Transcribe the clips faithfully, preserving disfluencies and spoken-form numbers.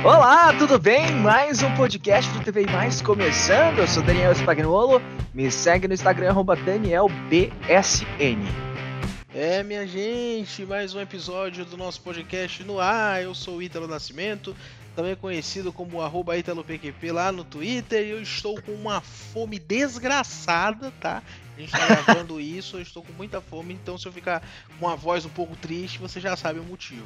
Olá, tudo bem? Mais um podcast do T V Mais começando. Eu sou Daniel Spagnuolo. Me segue no Instagram, arroba Daniel B S N. É, minha gente, mais um episódio do nosso podcast no ar. Eu sou o Ítalo Nascimento, também conhecido como arroba ItaloPQP lá no Twitter. E eu estou com uma fome desgraçada, tá? A gente tá gravando isso, eu estou com muita fome. Então se eu ficar com uma voz um pouco triste, você já sabe o motivo.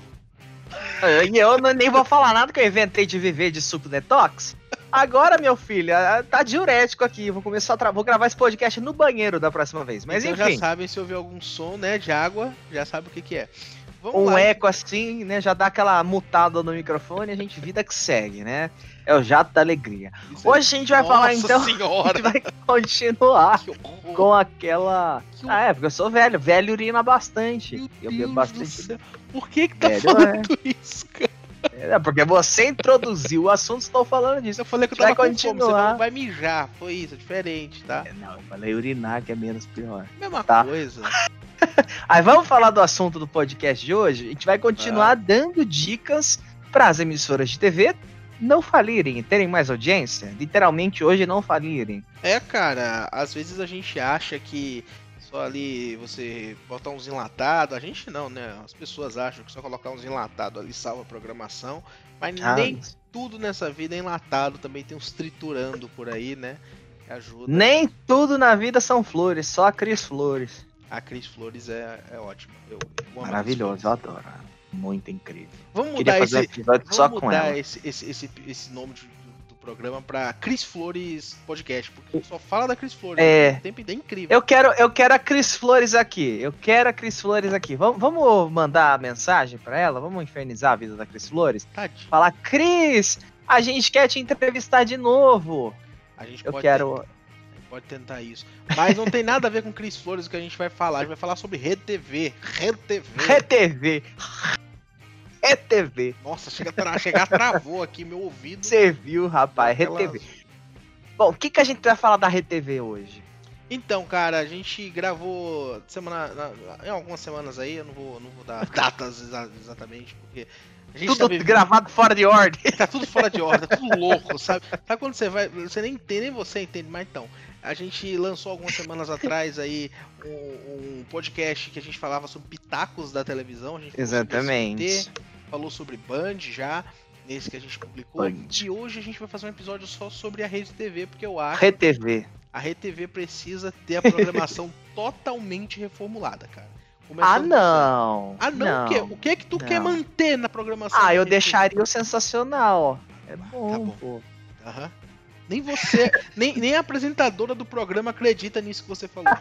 E eu não, nem vou falar nada que eu inventei de viver de suco detox. Agora, meu filho, tá diurético aqui. Vou começar a tra... vou gravar esse podcast no banheiro da próxima vez. Mas então enfim. Já sabem, se ouvir algum som, né, de água, já sabe o que que é. Vamos um lá. eco assim, né? Já dá aquela mutada no microfone e a gente vida que segue, né? É o jato da alegria. Isso é... Hoje a gente vai Nossa falar então. Senhora. A gente vai continuar Que com aquela. Que Ah, é, porque eu sou velho. Velho urina bastante. Meu eu Deus bebo do bastante. céu. Por que que tá Velho, falando isso, cara? É, porque você introduziu o assunto, estou falando disso. Eu falei que eu vai tava com continuar. fome, você não vai mijar. Foi isso, é diferente, tá? É, não, eu falei urinar, que é menos pior. Mesma Tá. coisa. Aí vamos falar do assunto do podcast de hoje. A gente vai continuar Ah. dando dicas para as emissoras de T V não falirem, terem mais audiência. Literalmente hoje não falirem. É, cara, às vezes a gente acha que só ali você botar uns enlatados, a gente não, né? As pessoas acham que só colocar uns enlatados ali salva a programação, mas Ah, nem tudo nessa vida é enlatado, também tem uns triturando por aí, né? Que ajuda. Nem tudo na vida são flores, só a Cris Flores. A Cris Flores é, é ótima. Eu, eu amo a Cris Maravilhoso, eu Flores. adoro. Muito incrível. Vamos Queria mudar fazer um esse, episódio vamos só com mudar ela. esse, esse, esse, esse nome de, do, do programa pra Cris Flores Podcast, porque só fala da Cris Flores. É. O tempo é incrível. Eu quero, eu quero a Cris Flores aqui. Eu quero a Cris Flores aqui. Vamos, vamos mandar a mensagem pra ela? Vamos infernizar a vida da Cris Flores? Tadinho. Falar, Cris, a gente quer te entrevistar de novo. A gente Eu pode quero. tentar, pode tentar isso. Mas não tem nada a ver com Cris Flores o que a gente vai falar. A gente vai falar sobre Rede T V. Rede T V. Rede T V. Rede T V. Nossa, chega, tra... chegar travou aqui meu ouvido. Você viu, rapaz? Rede T Aquelas- V. Bom, o que, que a gente vai falar da Rede T V hoje? Então, cara, a gente gravou semana, na- em algumas semanas aí, eu não vou, não vou dar datas exa- exatamente, porque a gente Tudo tá vivendo- gravado fora de ordem. tá tudo fora de ordem, tá tudo louco, sabe? Sabe quando você vai, você nem entende, nem você entende, mas então, a gente lançou algumas semanas atrás aí um, um podcast que a gente falava sobre pitacos da televisão, a gente falou sobre Exatamente. S B T, falou sobre Band já, nesse que a gente publicou, Band. e hoje a gente vai fazer um episódio só sobre a Rede T V, porque eu acho Rede T V. a Rede T V precisa ter a programação totalmente reformulada, cara. Ah, Começando do zero. não. Ah, não, o quê? O que é que tu não. quer manter na programação? Ah, da eu Rede T V? deixaria o sensacional, ó. É bom, tá bom. pô. Aham. Nem você, nem, nem a apresentadora do programa acredita nisso que você falou.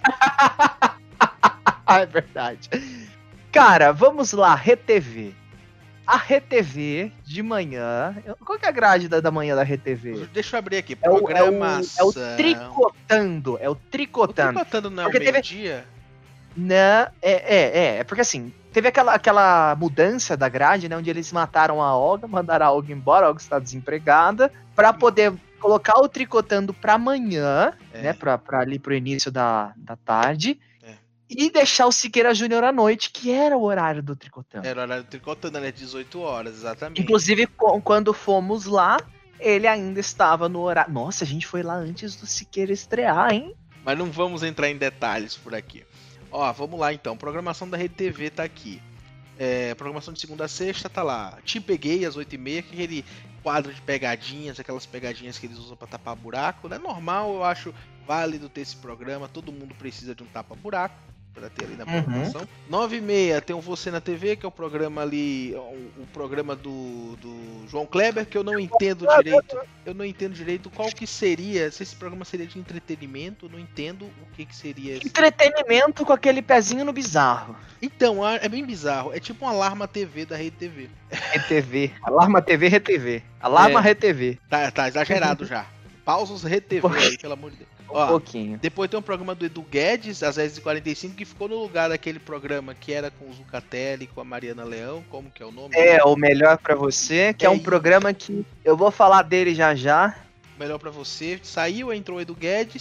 Ah, é verdade. Cara, vamos lá, Rede T V. A Rede T V de manhã. Qual que é a grade da, da manhã da Rede T V? Deixa eu abrir aqui. É o, é, o, Programação. é o tricotando. É o O tricotando. Tricotando não é o Porque teve- meio-dia? Não, é, é, é. É porque assim, teve aquela, aquela mudança da grade, né? Onde eles mataram a Olga, mandaram a Olga embora, a Olga está desempregada, pra poder colocar o tricotando pra amanhã, É. né? Pra, pra ali pro início da, da tarde. É. E deixar o Siqueira Júnior à noite, que era o horário do tricotando. Era o horário do Tricotando, né? dezoito horas, exatamente. Inclusive, co- quando fomos lá, ele ainda estava no horário. Nossa, a gente foi lá antes do Siqueira estrear, hein? Mas não vamos entrar em detalhes por aqui. Ó, vamos lá então. Programação da Rede T V tá aqui. É, programação de segunda a sexta tá lá. Te Peguei às oito e meia, aquele quadro de pegadinhas, aquelas pegadinhas que eles usam pra tapar buraco, né? Normal, eu acho válido ter esse programa. Todo mundo precisa de um tapa-buraco pra ter ali na Uhum. programação. nove e meia tem o Você na T V, que é o programa ali, o, o programa do, do João Kleber, que eu não entendo direito. Eu não entendo direito qual que seria, se esse programa seria de entretenimento, eu não entendo o que que seria esse. Entretenimento com aquele pezinho no bizarro. Então, é bem bizarro, é tipo um Alarma T V da Rede T V. Rede T V. Alarma T V, Rede T V. Alarma É. Rede T V. Tá, tá exagerado já. Pausa os Rede T V aí, pelo amor de Deus. Um Ó, pouquinho. depois tem um programa do Edu Guedes, às dez e quarenta e cinco, que ficou no lugar daquele programa que era com o Zucatelli, com a Mariana Leão, como que é o nome? É, o Melhor Pra Você, que é, É um isso. programa que eu vou falar dele já já. Melhor pra você. Saiu, entrou o Edu Guedes,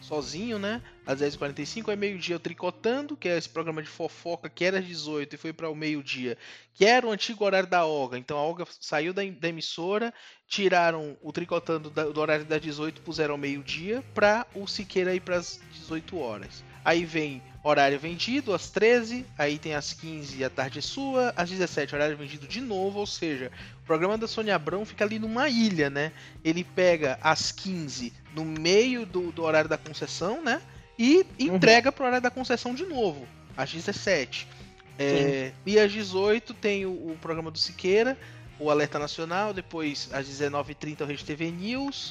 sozinho, né? Às dez e quarenta e cinco, aí meio-dia o Tricotando, que é esse programa de fofoca que era às dezoito e foi para o meio-dia, que era o antigo horário da Olga. Então a Olga saiu da, da emissora, tiraram o Tricotando da, do horário das dezoito, puseram ao meio-dia, para o Siqueira ir para as dezoito horas. Aí vem horário vendido às treze, aí tem às quinze a tarde é sua, às dezessete horário vendido de novo, ou seja, o programa da Sônia Abrão fica ali numa ilha, né? Ele pega às quinze no meio do, do horário da concessão, né? E entrega uhum. pro horário da concessão de novo, às dezessete. É, e às dezoito tem o, o programa do Siqueira, o Alerta Nacional, depois às dezenove e trinta o Rede T V News,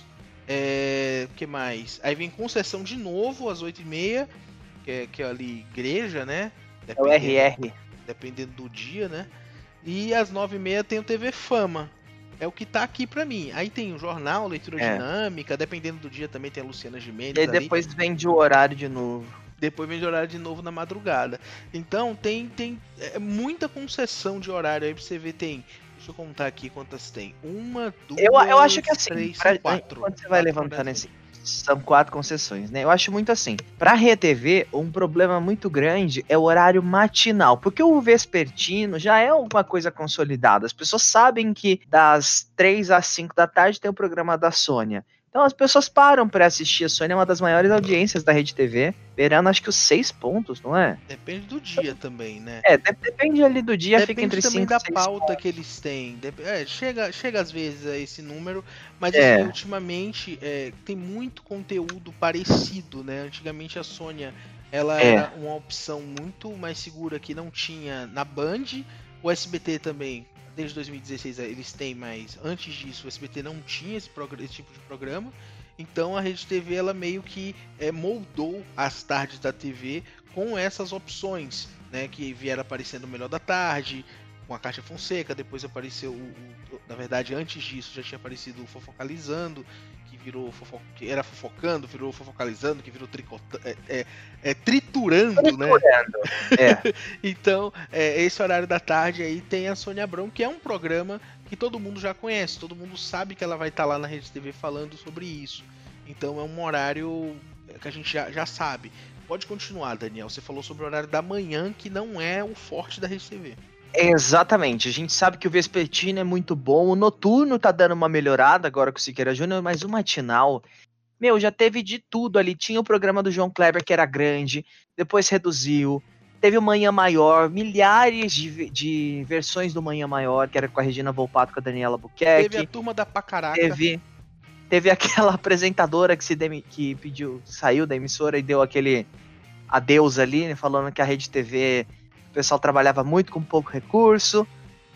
é, que mais? Aí vem concessão de novo às oito e meia, que é, que é ali igreja, né? É o R R. Dependendo do dia, né? E às nove e meia tem o T V Fama. É o que tá aqui pra mim. Aí tem o jornal, leitura é. dinâmica, dependendo do dia também tem a Luciana Gimenez. E depois ali. Vende o horário de novo. Depois vende o horário de novo na madrugada. Então tem, tem é, muita concessão de horário aí pra você ver. Tem. Deixa eu contar aqui quantas tem. Uma, duas, eu, eu acho que assim, três, pra, quatro. Quando você vai levantando esse. São quatro concessões, né? Eu acho muito assim. Pra Rede T V, um problema muito grande é o horário matinal, porque o vespertino já é uma coisa consolidada. As pessoas sabem que das três às cinco da tarde tem o programa da Sônia. Então as pessoas param pra assistir. A Sônia é uma das maiores audiências da Rede T V, beirando acho que os seis pontos, não é? Depende do dia também, né? É, de- depende ali do dia, Depende fica entre também cinco da e seis pauta pontos. que eles têm. Dep- é, chega, chega às vezes a esse número, mas É. assim, ultimamente é, tem muito conteúdo parecido, né? Antigamente a Sônia ela É. era uma opção muito mais segura que não tinha na Band. O S B T também, desde dois mil e dezesseis eles têm, mas antes disso o S B T não tinha esse, progr- esse tipo de programa. Então a Rede T V ela meio que é, moldou as tardes da T V com essas opções, né, que vieram aparecendo o Melhor da Tarde, com a Cátia Fonseca, depois apareceu, o, o, na verdade antes disso já tinha aparecido o Fofocalizando, que virou fofo, que era fofocando, virou fofocalizando, que virou tricota, é, é, é, triturando, Triturando, né? é. Então, é, esse horário da tarde aí tem a Sônia Abrão, que é um programa que todo mundo já conhece, todo mundo sabe que ela vai estar lá na Rede T V falando sobre isso. Então é um horário que a gente já, já sabe. Pode continuar, Daniel. Você falou sobre o horário da manhã, que não é o forte da Rede T V. Exatamente, a gente sabe que o vespertino é muito bom, o noturno tá dando uma melhorada agora com o Siqueira Júnior, mas o matinal, meu, já teve de tudo ali. Tinha o programa do João Kleber, que era grande, depois reduziu. Teve o Manhã Maior, milhares de, de versões do Manhã Maior, que era com a Regina Volpato, com a Daniela Buquerque. Teve a turma da Pacaraca. Teve, teve aquela apresentadora que, se demi, que pediu, saiu da emissora e deu aquele adeus ali, né, falando que a Rede T V, o pessoal trabalhava muito com pouco recurso.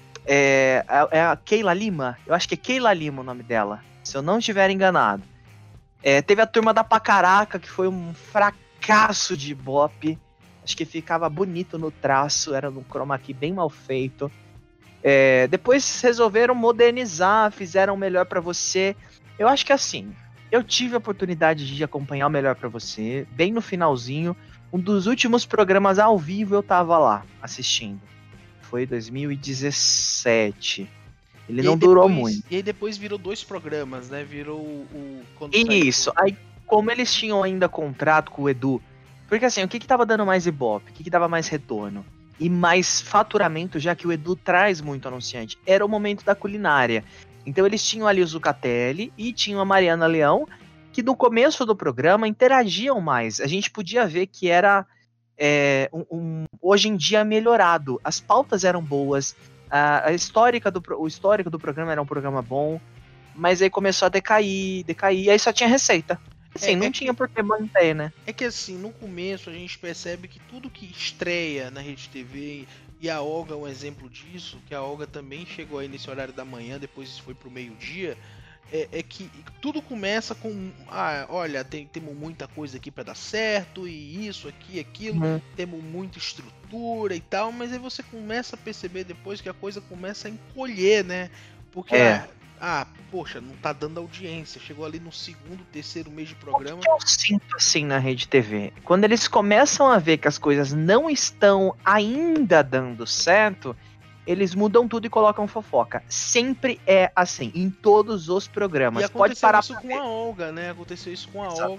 É, é a Keila Lima, eu acho que é Keila Lima o nome dela, se eu não estiver enganado. É, teve a turma da Pacaraca, que foi um fracasso de ibope. Acho que ficava bonito no traço, era um chroma key bem mal feito. É, depois resolveram modernizar, fizeram o Melhor Pra Você. Eu acho que assim, eu tive a oportunidade de acompanhar o Melhor Pra Você, bem no finalzinho. Um dos últimos programas ao vivo eu tava lá, assistindo. Foi dois mil e dezessete. Ele E não aí durou depois- muito. E aí depois virou dois programas, né? Virou o... o- quando Isso, saiu- aí como eles tinham ainda contrato com o Edu, porque assim, o que que tava dando mais ibope, o que que dava mais retorno e mais faturamento, já que o Edu traz muito anunciante, era o momento da culinária. Então eles tinham ali o Zucatelli e tinham a Mariana Leão, que no começo do programa interagiam mais. A gente podia ver que era é, um, um- hoje em dia melhorado. As pautas eram boas, a, a histórica do, pro- o histórico do programa era um programa bom, mas aí começou a decair, decair, aí só tinha receita. Assim, É, não é tinha que- por que manter, né? É que assim, no começo a gente percebe que tudo que estreia na Rede T V, e a Olga é um exemplo disso, que a Olga também chegou aí nesse horário da manhã, depois isso foi pro meio-dia, é, é que tudo começa com, ah, olha, tem, temos muita coisa aqui para dar certo, e isso aqui, aquilo, Uhum. temos muita estrutura e tal, mas aí você começa a perceber depois que a coisa começa a encolher, né? Porque, É. ah, ah, poxa, não tá dando audiência, chegou ali no segundo, terceiro mês de O que programa. que eu sinto assim na Rede T V? Quando eles começam a ver que as coisas não estão ainda dando certo, eles mudam tudo e colocam fofoca. Sempre é assim, em todos os E programas. aconteceu Pode parar isso pra com ver. a Olga, né? Aconteceu isso com a Exatamente. Olga.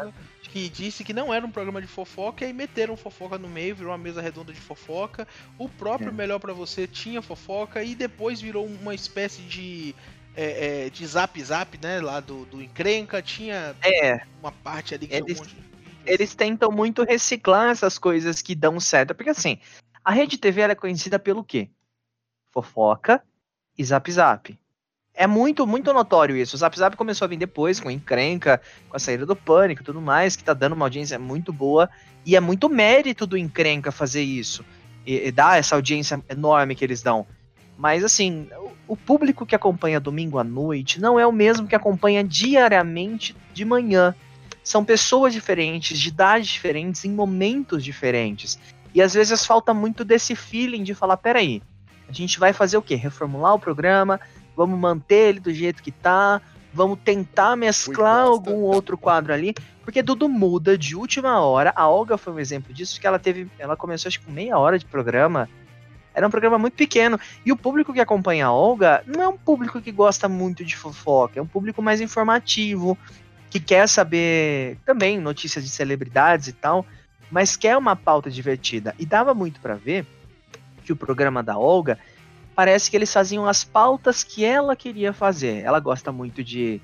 que disse que não era um programa de fofoca, e aí meteram fofoca no meio, virou uma mesa redonda de fofoca. O próprio É. Melhor Pra Você tinha fofoca, e depois virou uma espécie de, é, é, de zap zap, né, lá do, do Encrenca, tinha É, uma parte ali que eles, tinha um monte de vídeos. eles tentam muito reciclar essas coisas que dão certo, porque assim, a Rede T V ela é conhecida pelo quê? Fofoca e zap zap. É muito, muito notório isso. O Zap Zap começou a vir depois, com Encrenca, com a saída do Pânico e tudo mais, que tá dando uma audiência muito boa. E é muito mérito do Encrenca fazer isso. E, e dar essa audiência enorme que eles dão. Mas, assim, o, o público que acompanha domingo à noite não é o mesmo que acompanha diariamente de manhã. São pessoas diferentes, de idades diferentes, em momentos diferentes. E às vezes falta muito desse feeling de falar, peraí, a gente vai fazer o quê? Reformular o programa, vamos manter ele do jeito que tá, vamos tentar mesclar algum outro quadro ali, porque tudo muda de última hora. A Olga foi um exemplo disso, porque ela teve, ela começou acho que com meia hora de programa, era um programa muito pequeno, e o público que acompanha a Olga não é um público que gosta muito de fofoca, é um público mais informativo, que quer saber também notícias de celebridades e tal, mas quer uma pauta divertida, e dava muito pra ver que o programa da Olga, parece que eles faziam as pautas que ela queria fazer. Ela gosta muito de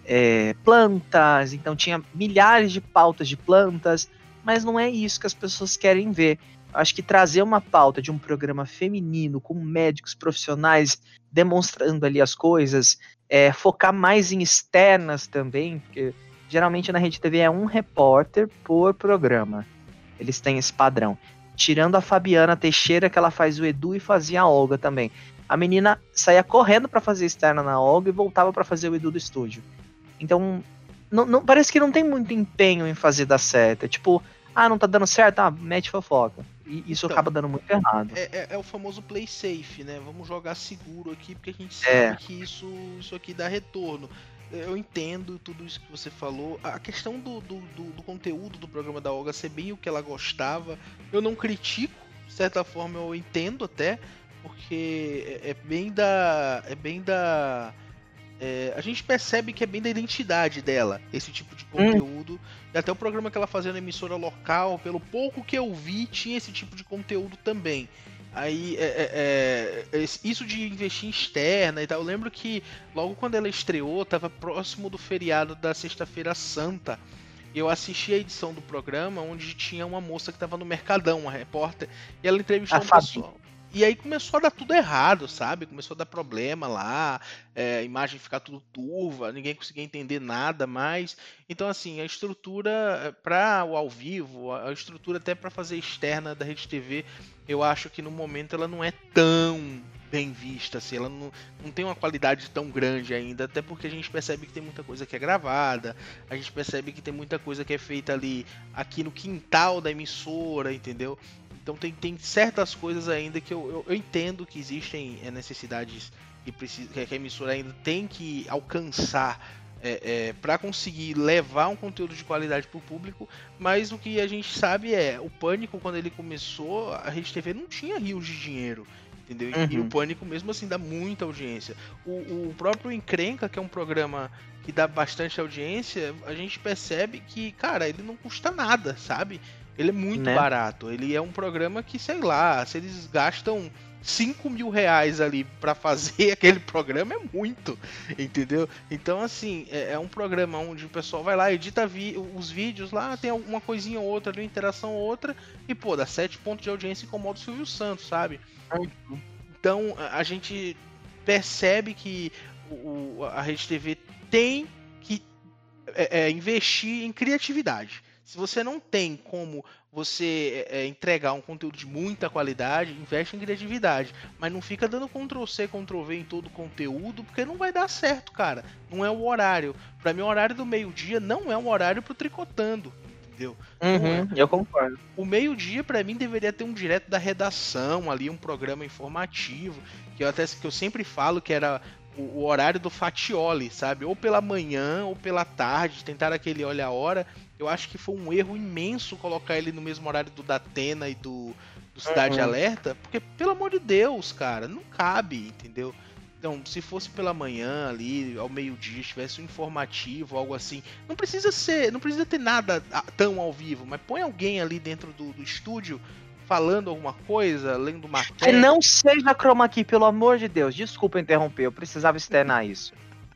é, plantas, então tinha milhares de pautas de plantas, mas não é isso que as pessoas querem ver. Acho que trazer uma pauta de um programa feminino, com médicos profissionais demonstrando ali as coisas, é, focar mais em externas também, porque geralmente na Rede T V é um repórter por programa. Eles têm esse padrão. Tirando a Fabiana Teixeira, que ela faz o Edu e fazia a Olga também. A menina saía correndo pra fazer externa na Olga e voltava pra fazer o Edu do estúdio. Então, não, não, parece que não tem muito empenho em fazer dar certo. É tipo, ah, não tá dando certo? Ah, mete fofoca. E isso Então, acaba dando muito errado. É, é, é o famoso play safe, né? Vamos jogar seguro aqui, porque a gente É. sabe que isso, isso aqui dá retorno. Eu entendo tudo isso que você falou. A questão do, do, do, do conteúdo do programa da Olga ser bem o que ela gostava, eu não critico, de certa forma eu entendo até, porque é, é bem da. É bem da. É, a gente percebe que é bem da identidade dela, esse tipo de conteúdo. Hum. E até o programa que ela fazia na emissora local, pelo pouco que eu vi, tinha esse tipo de conteúdo também. Aí, é, é, é, isso de investir em externa e tal, eu lembro que logo quando ela estreou, estava próximo do feriado da Sexta-feira Santa. Eu assisti a edição do programa onde tinha uma moça que estava no Mercadão, uma repórter, e ela entrevistou a um Fabi. pessoal. E aí começou a dar tudo errado, sabe? Começou a dar problema lá, é, a imagem ficar tudo turva, ninguém conseguia entender nada mais. Então, assim, a estrutura para o ao vivo, a estrutura até para fazer externa da Rede T V, eu acho que no momento ela não é tão bem vista, assim, ela não, não tem uma qualidade tão grande ainda, até porque a gente percebe que tem muita coisa que é gravada, a gente percebe que tem muita coisa que é feita ali, aqui no quintal da emissora, entendeu? Então tem, tem certas coisas ainda que eu, eu, eu entendo que existem é, necessidades que, precisa, que a emissora ainda tem que alcançar é, é, para conseguir levar um conteúdo de qualidade para o público, mas o que a gente sabe é, o Pânico, quando ele começou, a Rede T V não tinha rios de dinheiro, entendeu? Uhum. E o Pânico mesmo assim dá muita audiência. O, o próprio Encrenca, que é um programa que dá bastante audiência, a gente percebe que, cara, ele não custa nada, sabe? Ele é muito né? barato. Ele é um programa que, sei lá, se eles gastam cinco mil reais ali pra fazer aquele programa, é muito, entendeu? Então, assim, é, é um programa onde o pessoal vai lá, edita vi- os vídeos lá, tem alguma coisinha ou outra, uma interação ou outra, e, pô, dá sete pontos de audiência e incomoda o Silvio Santos, sabe? Então, a gente percebe que o, a Rede T V tem que é, é, investir em criatividade. Se você não tem como você é, entregar um conteúdo de muita qualidade, investe em criatividade. Mas não fica dando control C, control V em todo o conteúdo, porque não vai dar certo, cara. Não é o horário. Pra mim, o horário do meio-dia não é um horário pro Tricotando, entendeu? Uhum, é. Eu concordo. O meio-dia, pra mim, deveria ter um direto da redação ali, um programa informativo, que eu até que eu sempre falo que era o, o horário do Fatioli, sabe? Ou pela manhã, ou pela tarde, tentar aquele olha a hora. Eu acho que foi um erro imenso colocar ele no mesmo horário do Datena e do, do Cidade uhum. Alerta, porque, pelo amor de Deus, cara, não cabe, entendeu? Então, se fosse pela manhã ali, ao meio-dia, tivesse um informativo, algo assim, não precisa ser, não precisa ter nada tão ao vivo, mas põe alguém ali dentro do, do estúdio falando alguma coisa, lendo Que matéria. não seja chroma key, pelo amor de Deus. Desculpa interromper, eu precisava externar isso.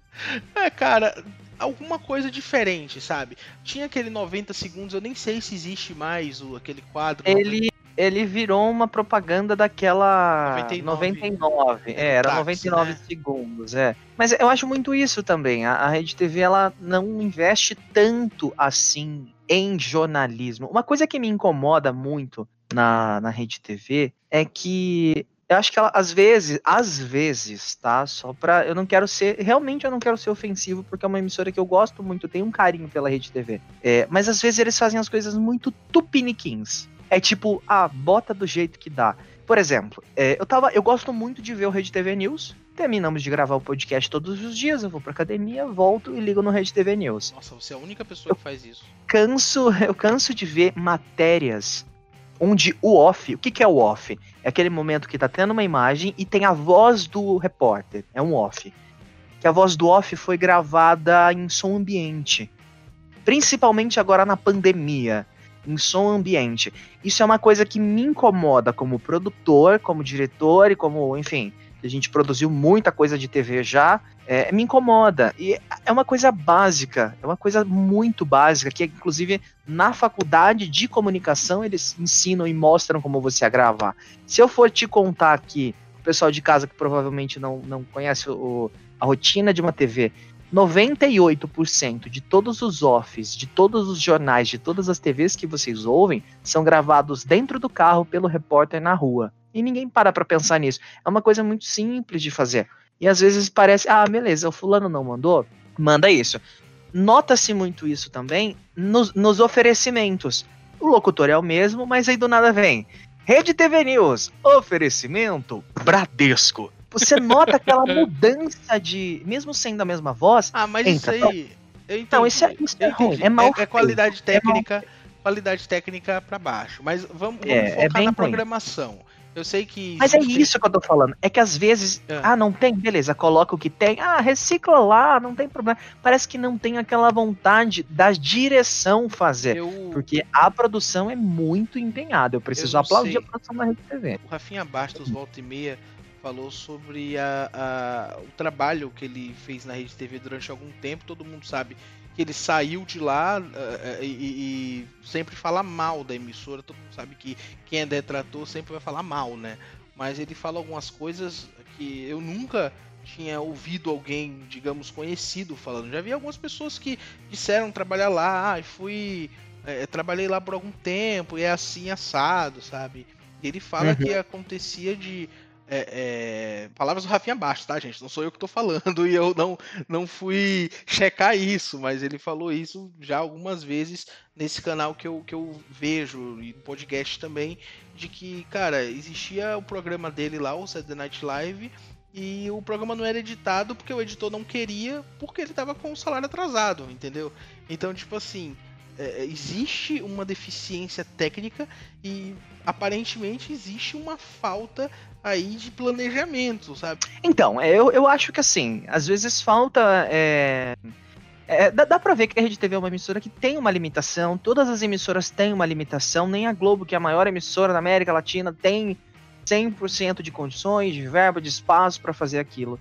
É, cara, alguma coisa diferente, sabe? Tinha aquele noventa segundos, eu nem sei se existe mais o, aquele quadro. Ele, ele virou uma propaganda daquela noventa e nove. noventa e nove. É, É, do era táxi, noventa e nove né? segundos, é. Mas eu acho muito isso também. A, a Rede T V, ela não investe tanto assim em jornalismo. Uma coisa que me incomoda muito na, na Rede T V é que eu acho que ela, às vezes, às vezes, tá? Só pra. Eu não quero ser. Realmente eu não quero ser ofensivo, porque é uma emissora que eu gosto muito, tenho um carinho pela Rede T V. É, mas às vezes eles fazem as coisas muito tupiniquins. É tipo, ah, bota do jeito que dá. Por exemplo, é, eu, tava, eu gosto muito de ver o Rede T V News. Terminamos de gravar o podcast todos os dias, eu vou pra academia, volto e ligo no Rede T V News. Nossa, você é a única pessoa que faz isso. Canso, eu canso de ver matérias onde o off, o que, que é o off? É aquele momento que tá tendo uma imagem e tem a voz do repórter, é um off. Que a voz do off foi gravada em som ambiente. Principalmente agora na pandemia, em som ambiente. Isso é uma coisa que me incomoda como produtor, como diretor e como, enfim, a gente produziu muita coisa de T V já, é, me incomoda. E é uma coisa básica, é uma coisa muito básica, que inclusive na faculdade de comunicação eles ensinam e mostram como você a gravar. Se eu for te contar aqui, o pessoal de casa que provavelmente não, não conhece o, a rotina de uma T V, noventa e oito por cento de todos os offs, de todos os jornais, de todas as T Vs que vocês ouvem, são gravados dentro do carro pelo repórter na rua. E ninguém para pra pensar nisso. É uma coisa muito simples de fazer. E às vezes parece, ah, beleza, o fulano não mandou, manda isso. Nota-se muito isso também nos, nos oferecimentos. O locutor é o mesmo, mas aí do nada vem Rede T V News, oferecimento Bradesco. Você nota aquela mudança de, mesmo sendo a mesma voz. Ah, mas entra, isso aí, eu entendi. Não, isso é, isso é eu entendi. ruim, é mal É, é qualidade feito, técnica, é mal... qualidade técnica pra baixo. Mas vamos, vamos é, focar é bem na ruim. programação. Eu sei que Mas é existem... isso que eu tô falando. É que às vezes, é. ah, não tem, beleza, coloca o que tem, ah, recicla lá, não tem problema. Parece que não tem aquela vontade da direção fazer. Eu... Porque a produção é muito empenhada. Eu preciso eu aplaudir sei. a produção da Rede T V. O Rafinha Bastos, volta e meia, falou sobre a, a, o trabalho que ele fez na Rede T V durante algum tempo. Todo mundo sabe que ele saiu de lá uh, e, e sempre fala mal da emissora. Todo mundo sabe que quem é detrator sempre vai falar mal, né? Mas ele fala algumas coisas que eu nunca tinha ouvido alguém, digamos, conhecido falando. Já vi algumas pessoas que disseram trabalhar lá, ah, fui... É, trabalhei lá por algum tempo, e é assim, assado, sabe? E ele fala Uhum. que acontecia de... É, é, palavras do Rafinha Bastos, tá, gente? Não sou eu que tô falando e eu não, não fui checar isso, mas ele falou isso já algumas vezes nesse canal que eu, que eu vejo e no podcast também, de que, cara, existia o programa dele lá, o Saturday Night Live, e o programa não era editado porque o editor não queria, porque ele tava com o salário atrasado, entendeu? Então, tipo assim, é, existe uma deficiência técnica e aparentemente existe uma falta aí de planejamento, sabe? Então, eu, eu acho que assim, às vezes falta. É... É, dá, dá pra ver que a Rede T V é uma emissora que tem uma limitação, todas as emissoras têm uma limitação, nem a Globo, que é a maior emissora da América Latina, tem cem por cento de condições, de verba, de espaço para fazer aquilo.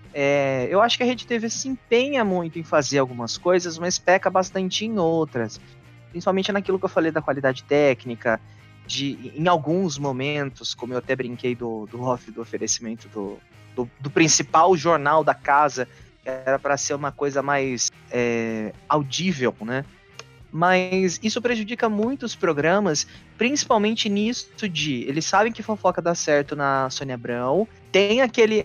É, eu acho que a Rede T V se empenha muito em fazer algumas coisas, mas peca bastante em outras. Principalmente naquilo que eu falei da qualidade técnica, de, em alguns momentos, como eu até brinquei do, do off, do oferecimento do, do, do principal jornal da casa, que era para ser uma coisa mais é, audível, né? Mas isso prejudica muito os programas, principalmente nisso de... Eles sabem que fofoca dá certo na Sônia Abrão, tem aquele...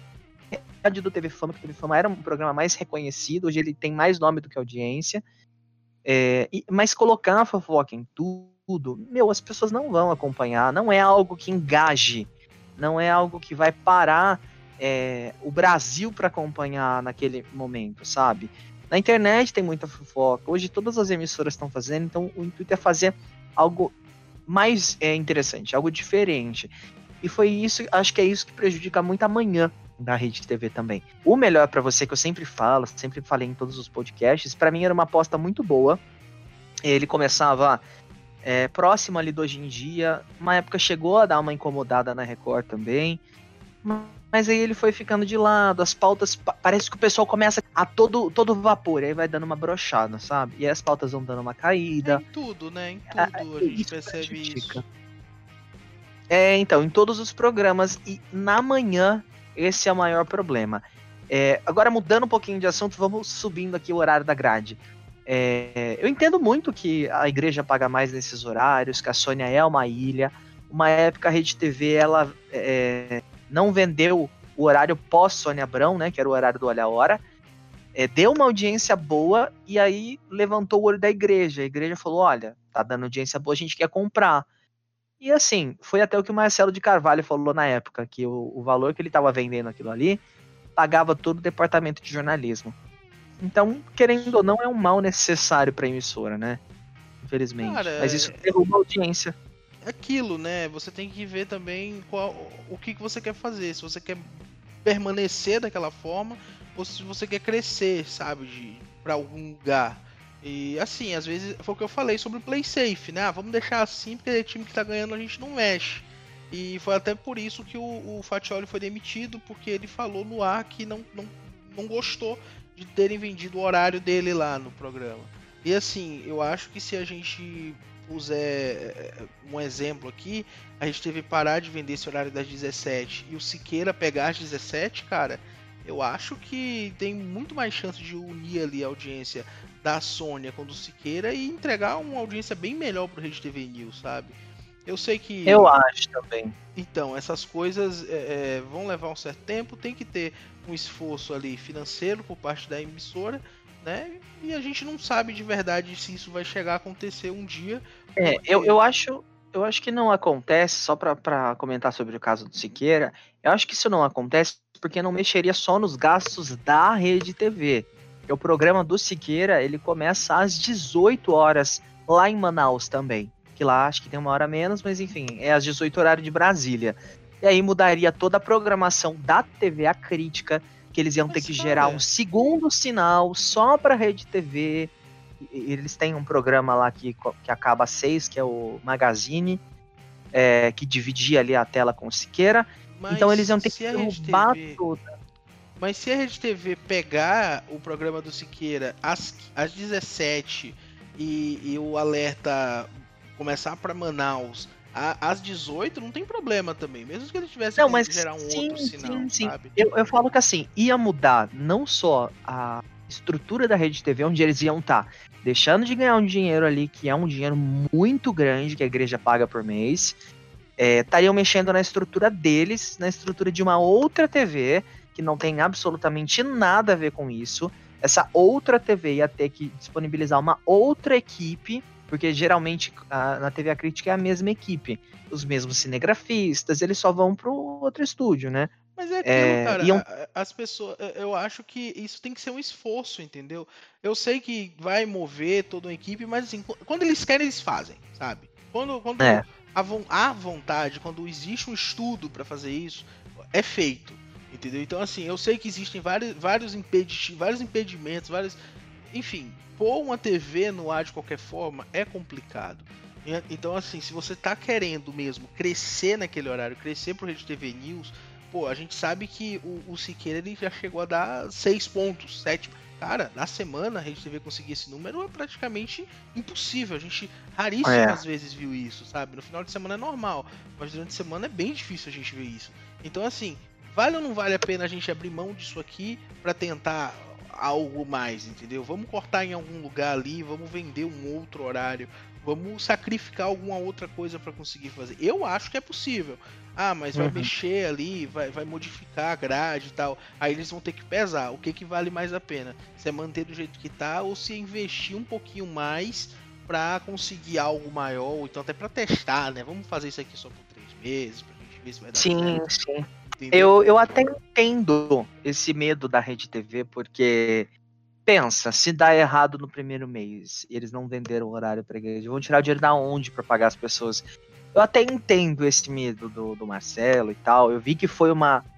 do T V Fama, que o T V Fama era um programa mais reconhecido, hoje ele tem mais nome do que audiência, é, e, mas colocar a fofoca em tudo, meu, as pessoas não vão acompanhar, não é algo que engaje, não é algo que vai parar é, o Brasil para acompanhar naquele momento, sabe? Na internet tem muita fofoca, hoje todas as emissoras estão fazendo, então o intuito é fazer algo mais é, interessante, algo diferente. E foi isso, acho que é isso que prejudica muito amanhã, da Rede T V também. O melhor pra você, que eu sempre falo, sempre falei em todos os podcasts, pra mim era uma aposta muito boa. Ele começava é, próximo ali do Hoje em Dia, uma época chegou a dar uma incomodada na Record também, mas aí ele foi ficando de lado, as pautas, parece que o pessoal começa a todo, todo vapor, aí vai dando uma brochada, sabe? E aí as pautas vão dando uma caída. É em tudo, né? Em tudo a, a gente isso percebe prejudica. isso. É, então, em todos os programas, e na manhã, esse é o maior problema. É, agora, mudando um pouquinho de assunto, vamos subindo aqui o horário da grade. É, eu entendo muito que a igreja paga mais nesses horários, que a Sônia é uma ilha. Uma época a Rede T V, ela é, não vendeu o horário pós-Sônia Abrão, né, que era o horário do Olha a Hora. É, deu uma audiência boa e aí levantou o olho da igreja. A igreja falou, olha, tá dando audiência boa, a gente quer comprar. E assim, foi até o que o Marcelo de Carvalho falou na época, que o, o valor que ele estava vendendo aquilo ali pagava todo o departamento de jornalismo. Então, querendo ou não, é um mal necessário para a emissora, né? Infelizmente. Cara, Mas isso derruba a audiência. É aquilo, né? Você tem que ver também qual, o que, que você quer fazer. Se você quer permanecer daquela forma ou se você quer crescer, sabe? De, pra algum lugar. E assim, às vezes foi o que eu falei sobre o play safe, né? Ah, vamos deixar assim porque é time que tá ganhando a gente não mexe. E foi até por isso que o, o Fatioli foi demitido, porque ele falou no ar que não, não, não gostou de terem vendido o horário dele lá no programa. E assim, eu acho que se a gente puser um exemplo aqui, a gente teve que parar de vender esse horário das dezessete e o Siqueira pegar as dezessete, cara, eu acho que tem muito mais chance de unir ali a audiência da Sônia com do Siqueira e entregar uma audiência bem melhor pro Rede T V News, sabe? Eu sei que... Eu acho também. Então, essas coisas é, é, vão levar um certo tempo, tem que ter um esforço ali financeiro por parte da emissora, né? E a gente não sabe de verdade se isso vai chegar a acontecer um dia. É, porque... eu, eu acho... Eu acho que não acontece, só para comentar sobre o caso do Siqueira, eu acho que isso não acontece porque não mexeria só nos gastos da Rede T V. O programa do Siqueira, ele começa às dezoito horas, lá em Manaus também. Que lá acho que tem uma hora menos, mas enfim, é às dezoito horário de Brasília. E aí mudaria toda a programação da T V A Crítica, que eles iam Mas, ter que cara... gerar um segundo sinal só para a Rede T V. Eles têm um programa lá que, que acaba às seis, que é o Magazine, é, que dividia ali a tela com o Siqueira. Mas então eles iam ter que a derrubar Rede T V... toda. Mas se a Rede T V pegar o programa do Siqueira às, às dezessete e, e o alerta começar para Manaus a, às dezoito, não tem problema também. Mesmo que ele tivesse Não, que mas gerar um sim, outro sinal, sim, sim. sabe? Eu, eu falo que assim, ia mudar não só a estrutura da Rede T V, onde eles iam estar deixando de ganhar um dinheiro ali, que é um dinheiro muito grande que a igreja paga por mês, estariam é, mexendo na estrutura deles, na estrutura de uma outra T V, que não tem absolutamente nada a ver com isso. Essa outra T V ia ter que disponibilizar uma outra equipe, porque geralmente a, na T V A Crítica é a mesma equipe. Os mesmos cinegrafistas, eles só vão pro outro estúdio, né? Mas é aquilo, É, cara, iam... as pessoas, eu acho que isso tem que ser um esforço, entendeu? Eu sei que vai mover toda uma equipe, mas assim, quando eles querem, eles fazem, sabe? Quando, quando É. há vontade, quando existe um estudo para fazer isso, é feito, entendeu? Então, assim, eu sei que existem vários, vários, impedi vários impedimentos, vários... Enfim, pôr uma T V no ar de qualquer forma é complicado. Então, assim, se você tá querendo mesmo crescer naquele horário, crescer pro Rede T V News... Pô, a gente sabe que o, o Siqueira ele já chegou a dar seis pontos, sete. Cara, na semana a Rede T V conseguir esse número é praticamente impossível. A gente raríssimas é. vezes viu isso, sabe? No final de semana é normal, mas durante a semana é bem difícil a gente ver isso. Então, assim, vale ou não vale a pena a gente abrir mão disso aqui para tentar algo mais, entendeu? Vamos cortar em algum lugar ali, vamos vender um outro horário, vamos sacrificar alguma outra coisa para conseguir fazer. Eu acho que é possível. Ah, mas vai uhum. mexer ali, vai, vai modificar a grade e tal. Aí eles vão ter que pesar. O que, que vale mais a pena? Se é manter do jeito que tá ou se investir um pouquinho mais pra conseguir algo maior, ou então até pra testar, né? Vamos fazer isso aqui só por três meses, pra gente ver se vai dar sim, certo. Sim, sim. Eu, eu até entendo esse medo da Rede T V, porque pensa, se dá errado no primeiro mês e eles não venderam o horário pra igreja, vão tirar o dinheiro da onde pra pagar as pessoas? Eu até entendo esse medo do, do Marcelo e tal. Eu vi que foi uma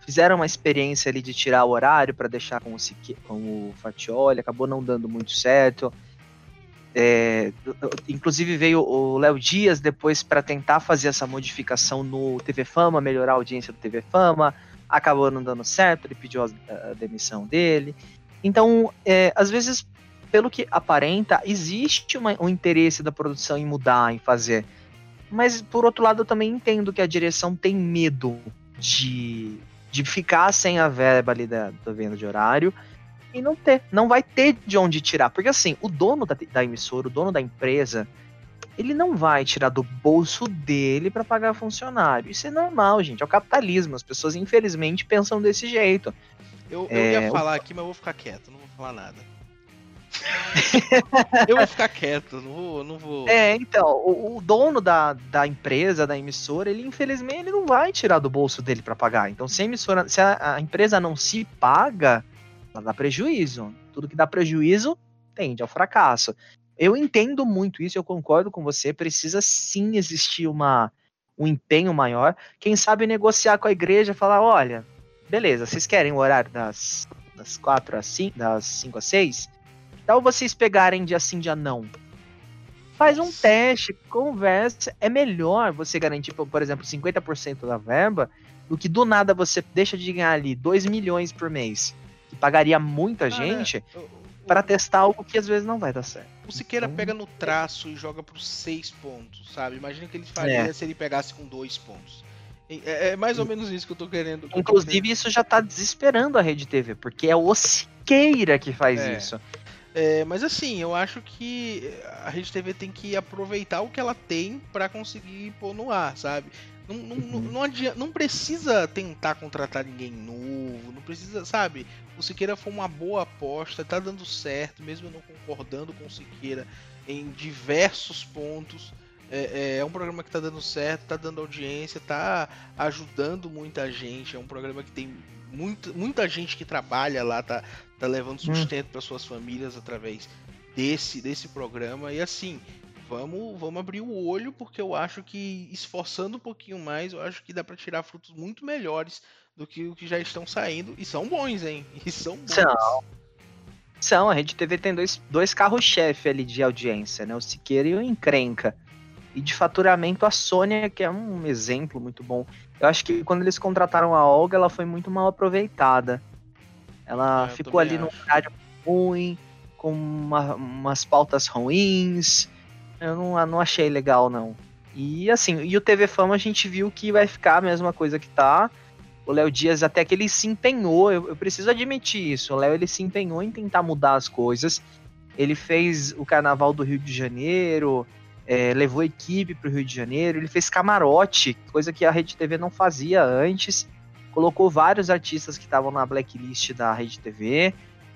fizeram uma experiência ali de tirar o horário para deixar com o, Sique, com o Fatioli, acabou não dando muito certo. É, inclusive veio o Léo Dias depois para tentar fazer essa modificação no T V Fama, melhorar a audiência do T V Fama, acabou não dando certo, ele pediu a, a demissão dele. Então, é, às vezes, pelo que aparenta, existe uma, um interesse da produção em mudar, em fazer. Mas, por outro lado, eu também entendo que a direção tem medo de, de ficar sem a verba ali da, da venda de horário e não ter, não vai ter de onde tirar. Porque, assim, o dono da, da emissora, o dono da empresa, ele não vai tirar do bolso dele para pagar funcionário. Isso é normal, gente, é o capitalismo. As pessoas, infelizmente, pensam desse jeito. Eu, eu é, ia falar o... aqui, mas eu vou ficar quieto, não vou falar nada. Eu vou ficar quieto, não vou. Não vou... É, então, o, o dono da, da empresa, da emissora, ele infelizmente ele não vai tirar do bolso dele para pagar. Então, se a emissora, se a, a empresa não se paga, ela dá prejuízo. Tudo que dá prejuízo tende ao fracasso. Eu entendo muito isso, eu concordo com você. Precisa sim existir uma, um empenho maior. Quem sabe negociar com a igreja, falar, olha, beleza, vocês querem o horário das, das quatro às cinco, das cinco às seis? Então vocês pegarem dia sim, dia não. Faz um teste, conversa. É melhor você garantir, por exemplo, cinquenta por cento da verba do que do nada você deixa de ganhar ali dois milhões por mês, que pagaria muita Cara, gente, para testar algo que às vezes não vai dar certo. O Siqueira então... pega no traço e joga por seis pontos, sabe? Imagina o que ele faria é. se ele pegasse com dois pontos. É, é mais ou menos isso que eu tô querendo. Que Inclusive, tô querendo. Isso já tá desesperando a Rede T V, porque é o Siqueira que faz é. isso. É, mas assim, eu acho que a Rede T V tem que aproveitar o que ela tem para conseguir pôr no ar, sabe? Não, não, uhum. não, não, adianta, não precisa tentar contratar ninguém novo, não precisa, sabe? O Siqueira foi uma boa aposta, tá dando certo, mesmo eu não concordando com o Siqueira em diversos pontos. É, é um programa que tá dando certo, tá dando audiência, tá ajudando muita gente. É um programa que tem muita, muita gente que trabalha lá, tá, tá levando sustento hum. para suas famílias através desse, desse programa. E assim, vamos, vamos abrir o olho, porque eu acho que esforçando um pouquinho mais, eu acho que dá para tirar frutos muito melhores do que o que já estão saindo. E são bons, hein? E são bons. São. São. A Rede T V tem dois, dois carros-chefe ali de audiência, né? O Siqueira e o Encrenca. E de faturamento, a Sônia, que é um exemplo muito bom. Eu acho que quando eles contrataram a Olga, ela foi muito mal aproveitada. Ela é, ficou ali acho. num horário ruim, com uma, umas pautas ruins. Eu não, não achei legal, não. E assim, e o T V Fama a gente viu que vai ficar a mesma coisa que tá. O Léo Dias até que ele se empenhou, eu, eu preciso admitir isso. O Léo ele se empenhou em tentar mudar as coisas. Ele fez o Carnaval do Rio de Janeiro... É, levou equipe para o Rio de Janeiro, ele fez camarote, coisa que a Rede T V não fazia antes, colocou vários artistas que estavam na blacklist da Rede T V,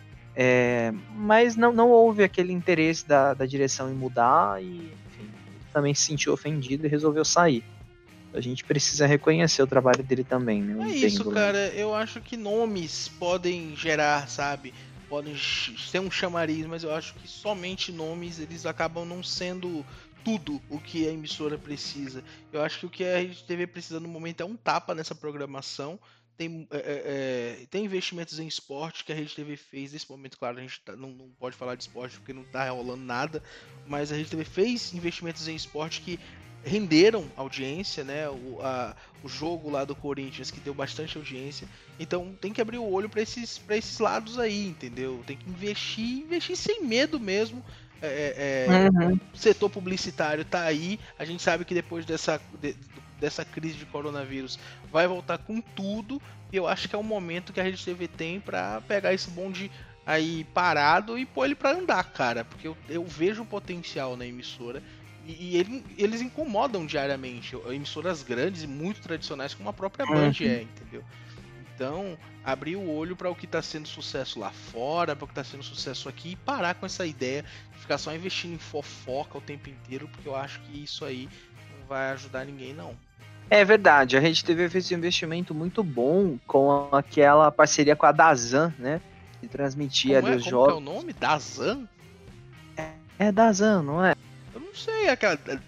é, mas não, não houve aquele interesse da, da direção em mudar e enfim, também se sentiu ofendido e resolveu sair. A gente precisa reconhecer o trabalho dele também, né? É isso, cara, eu acho que nomes podem gerar, sabe, podem ser um chamariz, mas eu acho que somente nomes eles acabam não sendo tudo o que a emissora precisa. Eu acho que o que a Rede T V precisa no momento é um tapa nessa programação. Tem, é, é, tem investimentos em esporte que a Rede T V fez nesse momento. Claro, a gente tá, não, não pode falar de esporte porque não tá rolando nada, mas a Rede T V fez investimentos em esporte que renderam audiência, né? O, a, o jogo lá do Corinthians que deu bastante audiência. Então tem que abrir o olho para esses, para esses lados aí, entendeu? Tem que investir, investir sem medo mesmo. É, é, uhum. O setor publicitário tá aí. A gente sabe que depois dessa, de, dessa crise de coronavírus vai voltar com tudo. E eu acho que é o momento que a Rede T V tem para pegar esse bonde aí parado e pôr ele para andar, cara. Porque eu, eu vejo o potencial na emissora. E, e ele, eles incomodam diariamente. Emissoras grandes e muito tradicionais, como a própria Band uhum. é, entendeu? Então, abrir o olho para o que está sendo sucesso lá fora, para o que está sendo sucesso aqui, e parar com essa ideia de ficar só investindo em fofoca o tempo inteiro, porque eu acho que isso aí não vai ajudar ninguém, não. É verdade, a Rede T V fez um investimento muito bom com aquela parceria com a Dazan, né? De transmitir Como ali é? os Como jogos. Como é o nome? Dazan? É, é Dazan, não é? Eu não sei, aquela...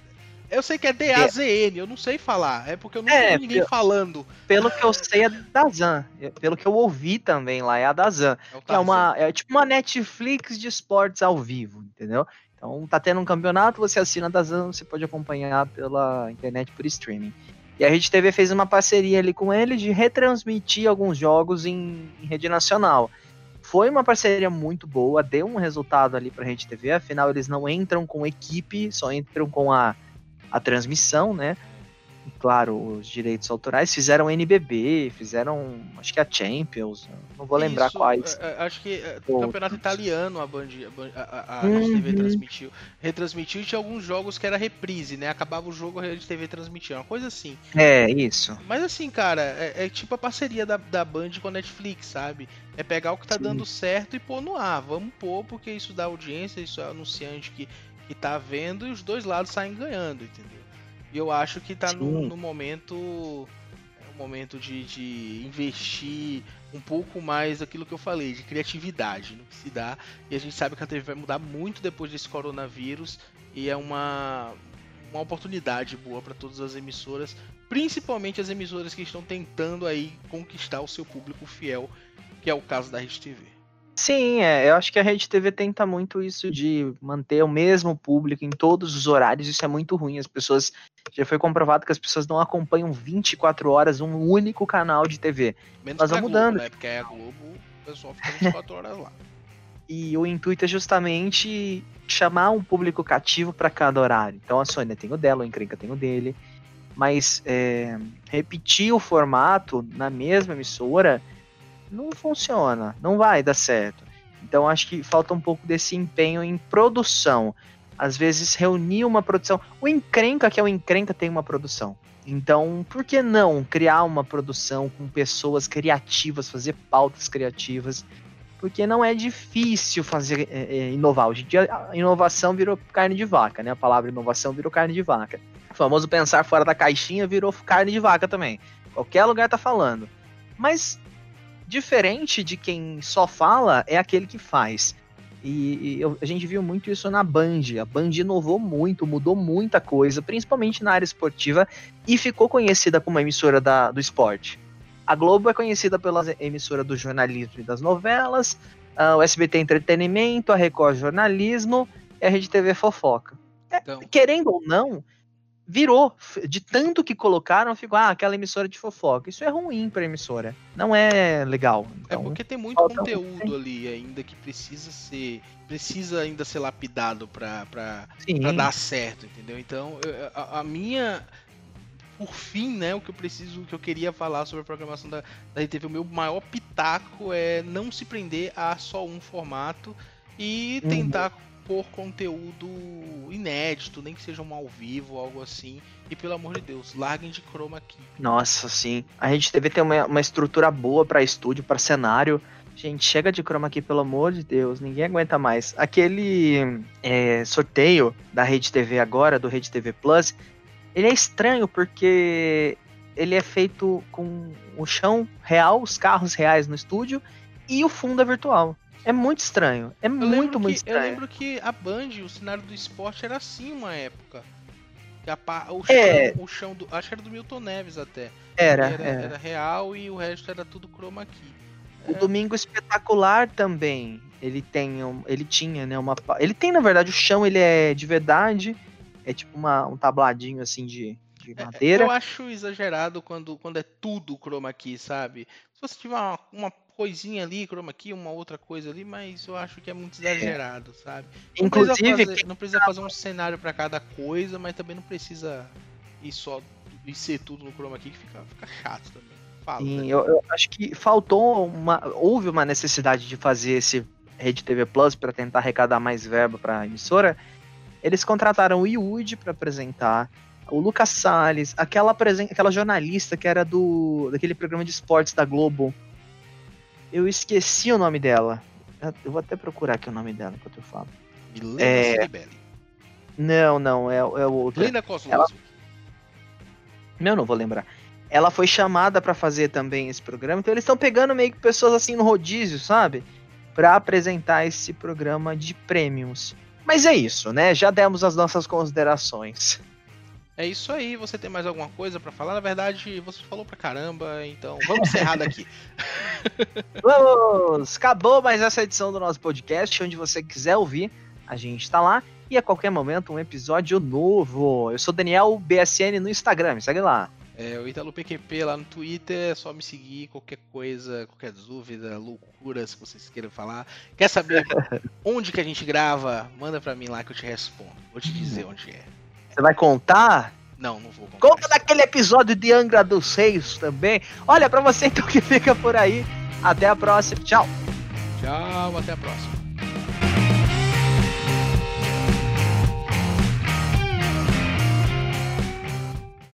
Eu sei que é D A Z N, eu não sei falar. É porque eu não É, vi ninguém pelo- falando. Pelo que eu sei, é da Zan. Pelo que eu ouvi também lá, é a da Zan. É o Que é uma. Tarzan. É tipo uma Netflix de esportes ao vivo, entendeu? Então tá tendo um campeonato, você assina a da Zan, você pode acompanhar pela internet por streaming. E a Rede T V fez uma parceria ali com ele de retransmitir alguns jogos em, em rede nacional. Foi uma parceria muito boa, deu um resultado ali pra Rede T V, afinal eles não entram com equipe, só entram com a, a transmissão, né? E, claro, os direitos autorais, fizeram N B B, fizeram, acho que a Champions, não vou lembrar Isso, quais. é, é, acho que é, outros. campeonato italiano a Band, a, Band- a, a, a Uhum. Rede T V transmitiu. Retransmitiu e tinha alguns jogos que era reprise, né? Acabava o jogo, a Rede T V transmitia, uma coisa assim. É, isso. Mas assim, cara, é, é tipo a parceria da, da Band com a Netflix, sabe? É pegar o que tá Sim. dando certo e pôr no ar. Vamos pôr, porque isso dá audiência, isso é anunciante que, que tá vendo e os dois lados saem ganhando, entendeu? E eu acho que tá no, Sim. no momento. É um momento de, de investir um pouco mais aquilo que eu falei, de criatividade no que se dá. E a gente sabe que a T V vai mudar muito depois desse coronavírus. E é uma, uma oportunidade boa para todas as emissoras, principalmente as emissoras que estão tentando aí conquistar o seu público fiel, que é o caso da Rede T V. Sim, é, eu acho que a Rede T V tenta muito isso de manter o mesmo público em todos os horários, isso é muito ruim, as pessoas, já foi comprovado que as pessoas não acompanham vinte e quatro horas um único canal de T V. Menos Elas pra vão Globo, mudando. né? Porque aí a Globo, o pessoal fica vinte e quatro horas lá. E o intuito é justamente chamar um público cativo para cada horário. Então a Sônia tem o dela, o Encrenca tem o dele, mas é, repetir o formato na mesma emissora não funciona, não vai dar certo. Então acho que falta um pouco desse empenho em produção. Às vezes reunir uma produção. O Encrenca, que é o Encrenca, tem uma produção. Então, por que não criar uma produção com pessoas criativas, fazer pautas criativas? Porque não é difícil fazer é, é, inovar. Hoje em dia, a inovação virou carne de vaca, né? A palavra inovação virou carne de vaca. O famoso pensar fora da caixinha virou carne de vaca também. Qualquer lugar tá falando. Mas diferente de quem só fala é aquele que faz. E, e eu, a gente viu muito isso na Band. A Band inovou muito, mudou muita coisa, principalmente na área esportiva, e ficou conhecida como a emissora da, do esporte. A Globo é conhecida pela emissora do jornalismo e das novelas, uh, o S B T Entretenimento, a Record Jornalismo e a Rede T V Fofoca. É, Então, querendo ou não, virou. De tanto que colocaram, ficou, ah, aquela emissora de fofoca. Isso é ruim pra emissora. Não é legal. é Então, porque tem muito falta um- conteúdo ali ainda que precisa ser. Precisa ainda ser lapidado pra, pra, sim, pra dar certo, entendeu? Então, eu- a, a minha. Por fim, né, o que eu preciso, o que eu queria falar sobre a programação da, da Rede T V, o meu maior pitaco é não se prender a só um formato e Uhum. tentar pôr conteúdo inédito, nem que seja um ao vivo, algo assim. E pelo amor de Deus, larguem de chroma key. Nossa, sim. A Rede T V tem uma, uma estrutura boa pra estúdio, pra cenário. Gente, chega de chroma aqui, pelo amor de Deus. Ninguém aguenta mais. Aquele é, sorteio da Rede T V agora, do Rede T V Plus, ele é estranho porque ele é feito com o chão real, os carros reais no estúdio e o fundo é virtual. É muito estranho. É Eu muito, lembro, muito que, eu estranho. lembro que a Band, o cenário do esporte era assim uma época. Que a pa- o, chão, É. o chão do. Acho que era do Milton Neves até. Era, era, era. era real e o resto era tudo chroma key. O É, Domingo Espetacular também, ele tem, um, ele tinha, né, uma, pa- ele tem na verdade o chão, ele é de verdade, é tipo uma, um tabladinho assim de, de madeira. eu acho exagerado quando, quando é tudo chroma key, sabe? Se você tiver uma, uma coisinha ali, chroma key, uma outra coisa ali, mas eu acho que é muito exagerado, sabe? Não precisa Inclusive, fazer, não precisa fazer um cenário pra cada coisa, mas também não precisa ir só e ser tudo no chroma key que fica, fica chato também. Fala, sim, né? eu, eu acho que faltou uma, houve uma necessidade de fazer esse Rede T V Plus para tentar arrecadar mais verba para a emissora. Eles contrataram o Yudi para apresentar, o Lucas Salles, aquela, apresen- aquela jornalista que era do daquele programa de esportes da Globo. Eu esqueci o nome dela. Eu vou até procurar aqui o nome dela enquanto eu falo. Milena É. Ciribelli. Não, não, é, é o outro. Linda Kozlowski. Eu não vou lembrar. Ela foi chamada pra fazer também esse programa, então eles estão pegando meio que pessoas assim no rodízio, sabe? Pra apresentar esse programa de prêmios. Mas é isso, né? Já demos as nossas considerações. É isso aí, você tem mais alguma coisa pra falar? Na verdade, você falou pra caramba, então vamos encerrar daqui. Vamos! Acabou mais essa edição do nosso podcast. Onde você quiser ouvir, a gente tá lá. E a qualquer momento, um episódio novo. Eu sou Daniel B S N no Instagram, me segue lá. É, o Ítalo P Q P lá no Twitter, é só me seguir, qualquer coisa, qualquer dúvida, loucura, se vocês queiram falar. Quer saber onde que a gente grava? Manda pra mim lá que eu te respondo. Vou te dizer onde é. Você vai contar? Não, não vou contar. Conta daquele episódio de Angra dos Reis também. Olha, pra você então que fica por aí. Até a próxima. Tchau. Tchau, até a próxima.